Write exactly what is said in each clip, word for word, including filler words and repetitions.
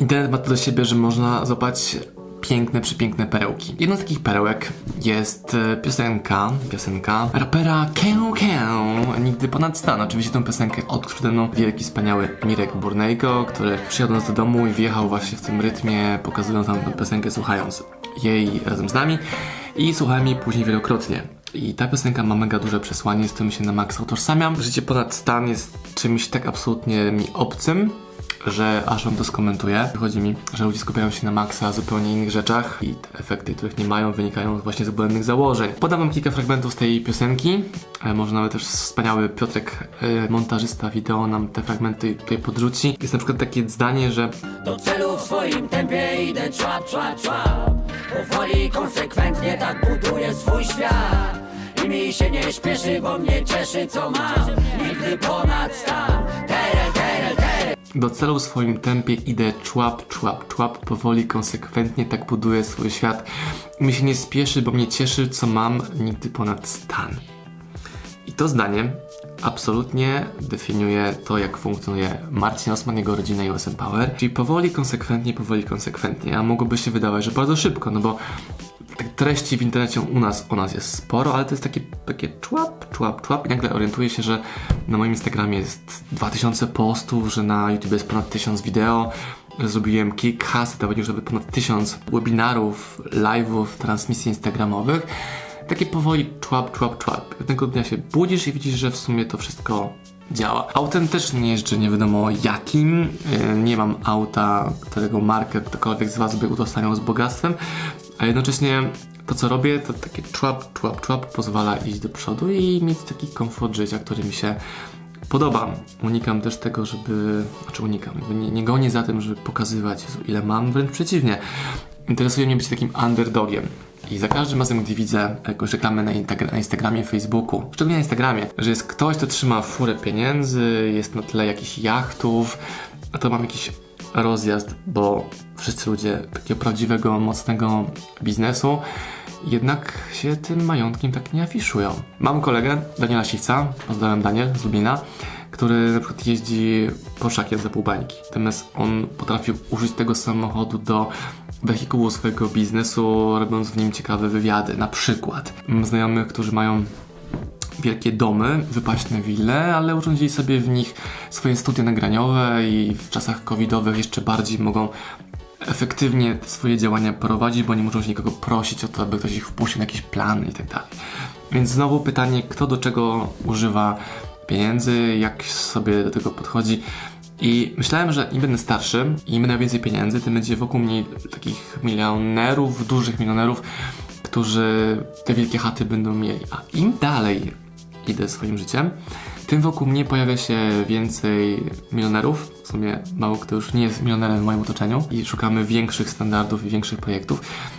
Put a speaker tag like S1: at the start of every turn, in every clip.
S1: Internet ma to do siebie, że można złapać piękne, przepiękne perełki. Jedną z takich perełek jest piosenka, piosenka rapera Kę Kę, Nigdy ponad stan. Oczywiście tę piosenkę odkrył przede mną wielki, wspaniały Mirek Burnejko, który przyjechał do nas do domu i wjechał właśnie w tym rytmie, pokazując nam tę piosenkę, słuchając jej razem z nami i słuchałem jej później wielokrotnie. I ta piosenka ma mega duże przesłanie, z którym się na maksa utożsamiam. Życie ponad stan jest czymś tak absolutnie mi obcym, że aż wam to skomentuję. Chodzi mi, że ludzie skupiają się na maksa zupełnie innych rzeczach i te efekty, których nie mają, wynikają właśnie z błędnych założeń. Podam wam kilka fragmentów z tej piosenki. E, może nawet też wspaniały Piotrek, e, montażysta wideo, nam te fragmenty tutaj podrzuci. Jest na przykład takie zdanie, że
S2: do celu w swoim tempie idę człap, człap, człap. Powoli, konsekwentnie tak buduję swój świat. I mi się nie śpieszy, bo mnie cieszy co mam. Nigdy ponad stan. Terel, terel, terel.
S1: Do celu w swoim tempie idę człap, człap, człap, powoli, konsekwentnie tak buduję swój świat. Mi się nie spieszy, bo mnie cieszy, co mam, nigdy ponad stan. I to zdanie absolutnie definiuje to, jak funkcjonuje Marcin Osman, jego rodzina i U S M Power. Czyli powoli, konsekwentnie, powoli, konsekwentnie. A mogłoby się wydawać, że bardzo szybko, no bo treści w internecie u nas, u nas jest sporo, ale to jest takie, takie człap, człap, człap i nagle orientuję się, że na moim Instagramie jest dwa tysiące postów, że na YouTube jest ponad tysiąc wideo, że zrobiłem kilkaset, nawet już nawet ponad tysiąc webinarów, live'ów, transmisji instagramowych. Takie powoli człap, człap, człap. Jednego dnia się budzisz i widzisz, że w sumie to wszystko działa. Autentycznie jeżdżę nie wiadomo jakim. Nie mam auta, którego markę ktokolwiek z was by utożsamiał z bogactwem, a jednocześnie to, co robię, to takie człap, człap, człap pozwala iść do przodu i mieć taki komfort życia, który mi się podoba. Unikam też tego, żeby... Znaczy unikam, jakby nie, nie gonię za tym, żeby pokazywać, Jezu, ile mam, wręcz przeciwnie. Interesuje mnie być takim underdogiem. I za każdym razem, gdy widzę jakąś reklamę na, na Instagramie, Facebooku, szczególnie na Instagramie, że jest ktoś, kto trzyma furę pieniędzy, jest na tle jakichś jachtów, a to mam jakiś rozjazd, bo wszyscy ludzie takiego prawdziwego, mocnego biznesu jednak się tym majątkiem tak nie afiszują. Mam kolegę, Daniela Siwca, pozdrawiam Daniel z Lublina, który na przykład jeździ Porszakiem za pół bańki. Natomiast on potrafił użyć tego samochodu do wehikułu swojego biznesu, robiąc w nim ciekawe wywiady. Na przykład mam znajomych, którzy mają wielkie domy, wypaśne wille, ale urządzili sobie w nich swoje studia nagraniowe i w czasach covidowych jeszcze bardziej mogą efektywnie swoje działania prowadzić, bo nie muszą się nikogo prosić o to, aby ktoś ich wpuścił na jakieś plany i tak dalej. Więc znowu pytanie, kto do czego używa pieniędzy, jak sobie do tego podchodzi. I myślałem, że im będę starszy i im będę więcej pieniędzy, tym będzie wokół mnie takich milionerów, dużych milionerów, którzy te wielkie chaty będą mieli. A im dalej idę swoim życiem, tym wokół mnie pojawia się więcej milionerów. W sumie mało kto już nie jest milionerem w moim otoczeniu i szukamy większych standardów i większych projektów.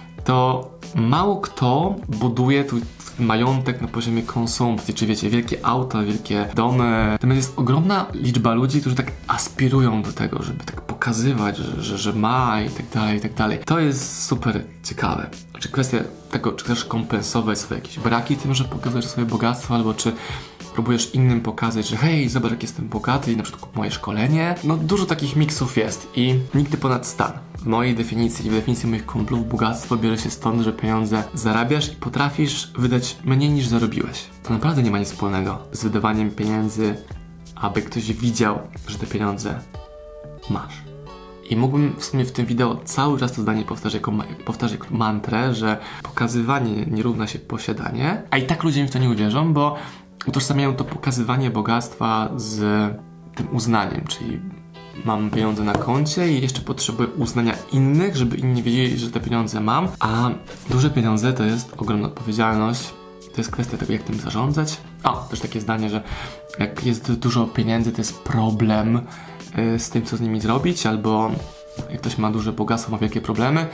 S1: To mało kto buduje tu majątek na poziomie konsumpcji, czy wiecie, wielkie auta, wielkie domy. Natomiast jest ogromna liczba ludzi, którzy tak aspirują do tego, żeby tak pokazywać, że, że, że ma i tak dalej, i tak dalej. To jest super ciekawe. Czy kwestia tego, czy chcesz kompensować swoje jakieś braki tym, że pokazujesz swoje bogactwo, albo czy próbujesz innym pokazać, że hej, zobacz jak jestem bogaty i na przykład kup moje szkolenie. No dużo takich miksów jest i nigdy ponad stan. W mojej definicji i w definicji moich kumplów bogactwo bierze się stąd, że pieniądze zarabiasz i potrafisz wydać mniej niż zarobiłeś. To naprawdę nie ma nic wspólnego z wydawaniem pieniędzy, aby ktoś widział, że te pieniądze masz. I mógłbym w sumie w tym wideo cały czas to zdanie powtarzać jako, powtarzać jako mantrę, że pokazywanie nie równa się posiadanie, a i tak ludzie mi w to nie uwierzą, bo utożsamiają to pokazywanie bogactwa z tym uznaniem, czyli mam pieniądze na koncie i jeszcze potrzebuję uznania innych, żeby inni wiedzieli, że te pieniądze mam, a duże pieniądze to jest ogromna odpowiedzialność, to jest kwestia tego, jak tym zarządzać. O, też takie zdanie, że jak jest dużo pieniędzy, to jest problem yy, z tym, co z nimi zrobić, albo jak ktoś ma duże bogactwo, ma wielkie problemy,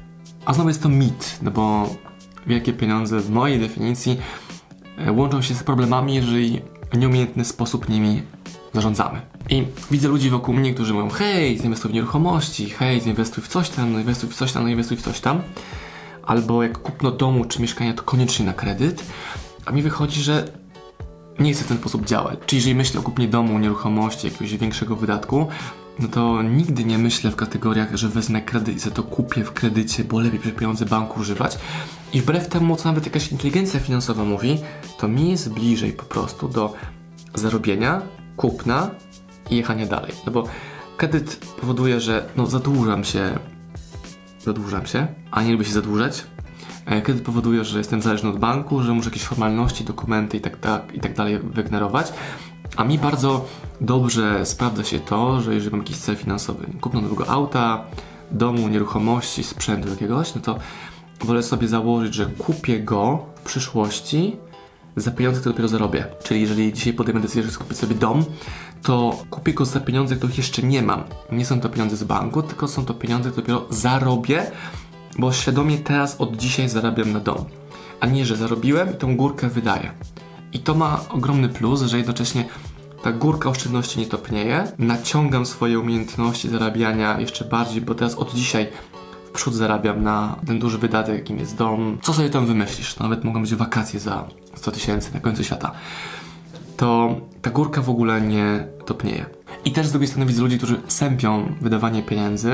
S1: a znowu jest to mit, no bo wielkie pieniądze w mojej definicji yy, łączą się z problemami, jeżeli w nieumiejętny sposób nimi zarządzamy. I widzę ludzi wokół mnie, którzy mówią: hej, zainwestuj w nieruchomości, hej, zainwestuj w coś tam, no inwestuj w coś tam, no inwestuj w coś tam. Albo jak kupno domu czy mieszkania, to koniecznie na kredyt. A mi wychodzi, że nie chcę w ten sposób działać. Czyli jeżeli myślę o kupnie domu, nieruchomości, jakiegoś większego wydatku, no to nigdy nie myślę w kategoriach, że wezmę kredyt i za to kupię w kredycie, bo lepiej przy pieniądze banku używać. I wbrew temu, co nawet jakaś inteligencja finansowa mówi, to mi jest bliżej po prostu do zarobienia, kupna i jechania dalej. No bo kredyt powoduje, że no zadłużam się, zadłużam się, a nie lubię się zadłużać. Kredyt powoduje, że jestem zależny od banku, że muszę jakieś formalności, dokumenty i tak, tak, i tak dalej wygenerować. A mi bardzo dobrze sprawdza się to, że jeżeli mam jakiś cel finansowy, kupno nowego auta, domu, nieruchomości, sprzętu jakiegoś, no to wolę sobie założyć, że kupię go w przyszłości za pieniądze, które dopiero zarobię. Czyli jeżeli dzisiaj podejmę decyzję, że kupię sobie dom, to kupię go za pieniądze, których jeszcze nie mam. Nie są to pieniądze z banku, tylko są to pieniądze, które dopiero zarobię, bo świadomie teraz od dzisiaj zarabiam na dom. A nie, że zarobiłem i tą górkę wydaję. I to ma ogromny plus, że jednocześnie ta górka oszczędności nie topnieje. Naciągam swoje umiejętności zarabiania jeszcze bardziej, bo teraz od dzisiaj w przód zarabiam na ten duży wydatek, jakim jest dom. Co sobie tam wymyślisz? Nawet mogą być wakacje za sto tysięcy na końcu świata. To ta górka w ogóle nie topnieje. I też z drugiej strony widzę ludzi, którzy sępią wydawanie pieniędzy,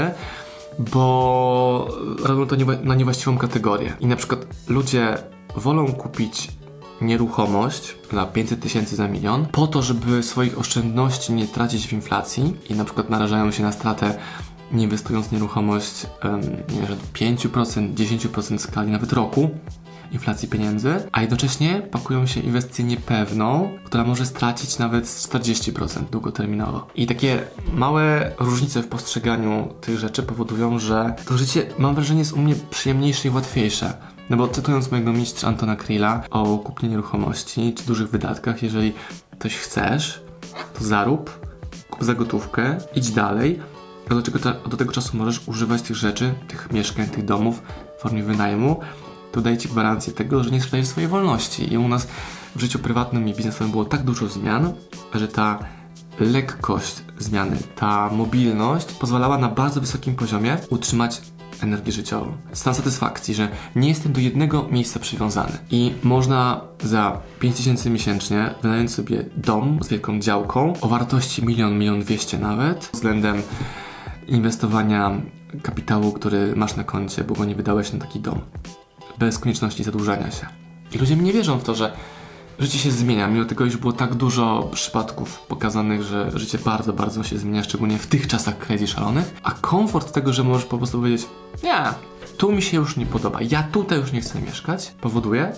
S1: bo robią to na niewłaściwą kategorię. I na przykład ludzie wolą kupić nieruchomość za pięćset tysięcy, za milion, po to, żeby swoich oszczędności nie tracić w inflacji i na przykład narażają się na stratę, nie inwestując w nieruchomość um, nie wiem, pięć procent, dziesięć procent skali, nawet roku inflacji pieniędzy, a jednocześnie pakują się inwestycję niepewną, która może stracić nawet czterdzieści procent długoterminowo. I takie małe różnice w postrzeganiu tych rzeczy powodują, że to życie, mam wrażenie, jest u mnie przyjemniejsze i łatwiejsze. No bo cytując mojego mistrza Antona Krilla o kupnie nieruchomości czy dużych wydatkach, jeżeli coś chcesz, to zarób, kup za gotówkę, idź dalej, a do tego, do tego czasu możesz używać tych rzeczy, tych mieszkań, tych domów w formie wynajmu. To daje Ci gwarancję tego, że nie sprzedajesz swojej wolności. I u nas w życiu prywatnym i biznesowym było tak dużo zmian, że ta lekkość zmiany, ta mobilność pozwalała na bardzo wysokim poziomie utrzymać energię życiową. Stan satysfakcji, że nie jestem do jednego miejsca przywiązany. I można za pięć tysięcy miesięcznie wynająć sobie dom z wielką działką o wartości milion, milion dwieście nawet, względem inwestowania kapitału, który masz na koncie, bo go nie wydałeś na taki dom. Bez konieczności zadłużania się. I ludzie mi nie wierzą w to, że życie się zmienia, mimo tego, iż było tak dużo przypadków pokazanych, że życie bardzo, bardzo się zmienia, szczególnie w tych czasach crazy szalonych, a komfort tego, że możesz po prostu powiedzieć, nie, tu mi się już nie podoba, ja tutaj już nie chcę mieszkać, powoduje,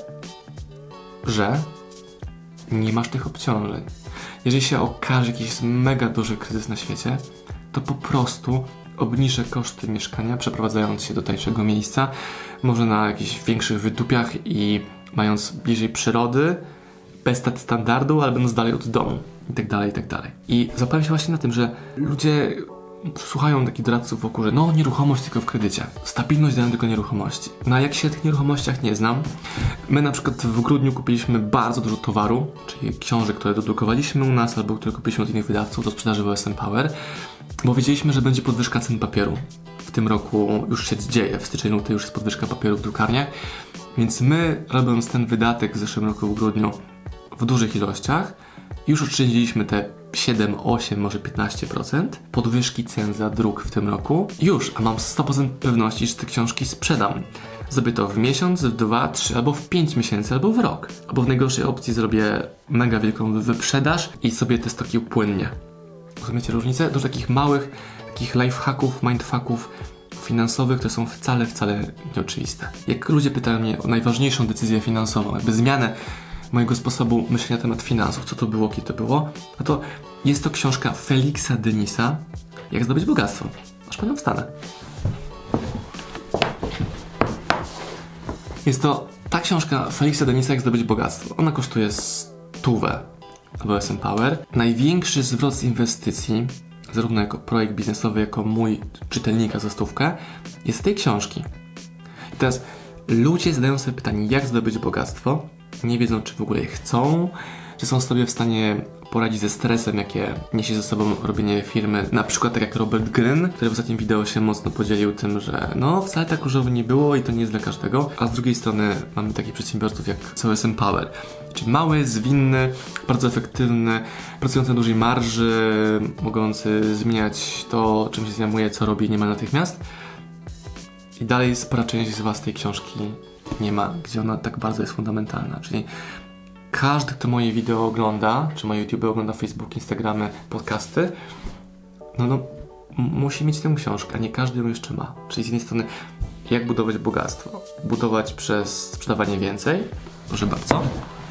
S1: że nie masz tych obciążeń. Jeżeli się okaże jakiś mega duży kryzys na świecie, to po prostu obniżę koszty mieszkania, przeprowadzając się do tańszego miejsca, może na jakichś większych wydupiach i mając bliżej przyrody, bez standardu, ale będąc dalej od domu i tak dalej, i tak dalej. I zapowiem się właśnie na tym, że ludzie słuchają takich doradców wokół, że no nieruchomość tylko w kredycie, stabilność dają tylko nieruchomości. No a jak się na tych nieruchomościach nie znam, my na przykład w grudniu kupiliśmy bardzo dużo towaru, czyli książek, które dodrukowaliśmy u nas albo które kupiliśmy od innych wydawców do sprzedaży w O S M Power, bo wiedzieliśmy, że będzie podwyżka cen papieru. W tym roku już się dzieje, w styczniu, luty już jest podwyżka papieru w drukarniach, więc my, robiąc ten wydatek w zeszłym roku w grudniu w dużych ilościach, już oszczędziliśmy te siedem, osiem, może piętnaście procent podwyżki cen za druk w tym roku. Już, a mam sto procent pewności, że te książki sprzedam. Zrobię to w miesiąc, w dwa, trzy, albo w pięć miesięcy, albo w rok. Albo w najgorszej opcji zrobię mega wielką wyprzedaż i sobie te stoki upłynnię. Rozumiecie różnicę? Do takich małych, takich lifehacków, mindfucków finansowych, które są wcale, wcale nieoczywiste. Jak ludzie pytają mnie o najważniejszą decyzję finansową, jakby zmianę mojego sposobu myślenia na temat finansów, co to było, kiedy to było, no to jest to książka Felixa Denisa Jak zdobyć bogactwo. Aż panią wstanę. Jest to ta książka Felixa Denisa Jak zdobyć bogactwo. Ona kosztuje stówę w O S M Power. Największy zwrot z inwestycji, zarówno jako projekt biznesowy, jako mój czytelnika za stówkę, jest z tej książki. I teraz ludzie zadają sobie pytanie, jak zdobyć bogactwo, nie wiedzą, czy w ogóle je chcą, czy są sobie w stanie poradzić ze stresem, jakie niesie ze sobą robienie firmy. Na przykład tak jak Robert Greene, który w ostatnim wideo się mocno podzielił tym, że no wcale tak różowo nie było i to nie jest dla każdego. A z drugiej strony mamy takich przedsiębiorców jak O S M Power. Czyli mały, zwinny, bardzo efektywny, pracujący na dużej marży, mogący zmieniać to, czym się zajmuje, co robi niemal natychmiast. I dalej spora część z was tej książki nie ma, gdzie ona tak bardzo jest fundamentalna. Czyli każdy, kto moje wideo ogląda, czy moje YouTube ogląda, Facebook, Instagramy, podcasty, no no, musi mieć tę książkę, a nie każdy ją jeszcze ma. Czyli z jednej strony, jak budować bogactwo? Budować przez sprzedawanie więcej, proszę bardzo.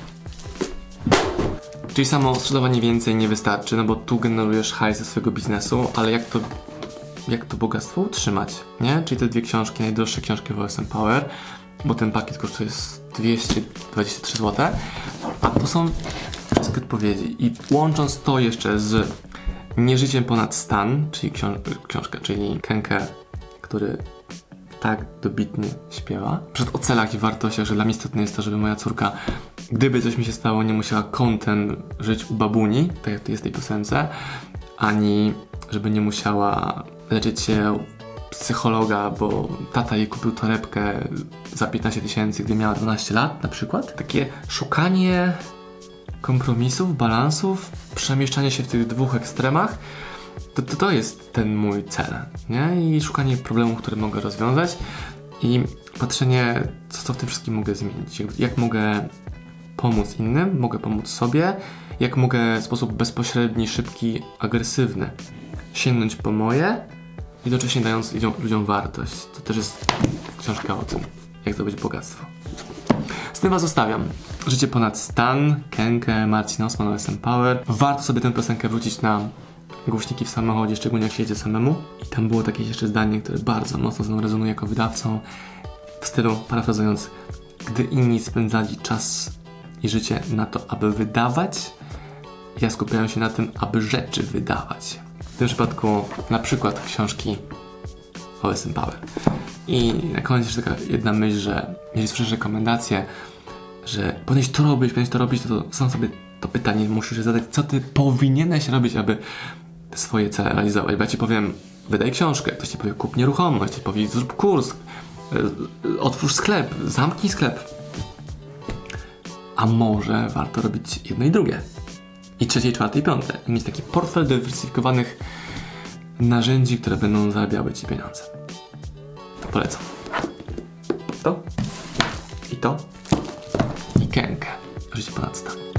S1: Czyli samo sprzedawanie więcej nie wystarczy, no bo tu generujesz hajs ze swojego biznesu, ale jak to, jak to bogactwo utrzymać, nie? Czyli te dwie książki, najdroższe książki w O S M Power, bo ten pakiet kosztuje dwieście dwadzieścia trzy złote, a to są wszystkie odpowiedzi. I łącząc to jeszcze z Nieżyciem ponad stan, czyli książ- książkę, czyli Kenke, który tak dobitnie śpiewa. Przed o celach i wartościach, że dla mnie istotne jest to, żeby moja córka, gdyby coś mi się stało, nie musiała kątem żyć u babuni, tak jak to jest w tej piosence, ani żeby nie musiała leczyć się psychologa, bo tata jej kupił torebkę za piętnaście tysięcy, gdy miała dwanaście lat na przykład. Takie szukanie kompromisów, balansów, przemieszczanie się w tych dwóch ekstremach, to, to, to jest ten mój cel, nie? I szukanie problemów, które mogę rozwiązać i patrzenie, co, co w tym wszystkim mogę zmienić, jak, jak mogę pomóc innym, mogę pomóc sobie, jak mogę w sposób bezpośredni, szybki, agresywny sięgnąć po moje, jednocześnie dając ludziom wartość. To też jest książka o tym, jak zdobyć bogactwo. Z tym was zostawiam. Życie ponad stan, Kenke, Marcin Osman, O S M Power. Warto sobie tę piosenkę wrzucić na głośniki w samochodzie, szczególnie jak się jedzie samemu. I tam było takie jeszcze zdanie, które bardzo mocno ze mną rezonuje jako wydawcą. W stylu, parafrazując, gdy inni spędzali czas i życie na to, aby wydawać, ja skupiałem się na tym, aby rzeczy wydawać. W tym przypadku na przykład książki O S M Power. I na koniec jeszcze taka jedna myśl, że jeżeli słyszysz rekomendacje, że powinieneś to robić, powinieneś to robić, to, to sam sobie to pytanie musisz zadać, co ty powinieneś robić, aby te swoje cele realizować. Bo ja ci powiem, wydaj książkę, ktoś ci powie, kup nieruchomość, ktoś powie, zrób kurs, yy, otwórz sklep, zamknij sklep. A może warto robić jedno i drugie. I trzecie, i czwarte, i piąte. I mieć taki portfel dywersyfikowanych narzędzi, które będą zarabiały ci pieniądze. To polecam. To i to i Kenke. Życie ponad stan.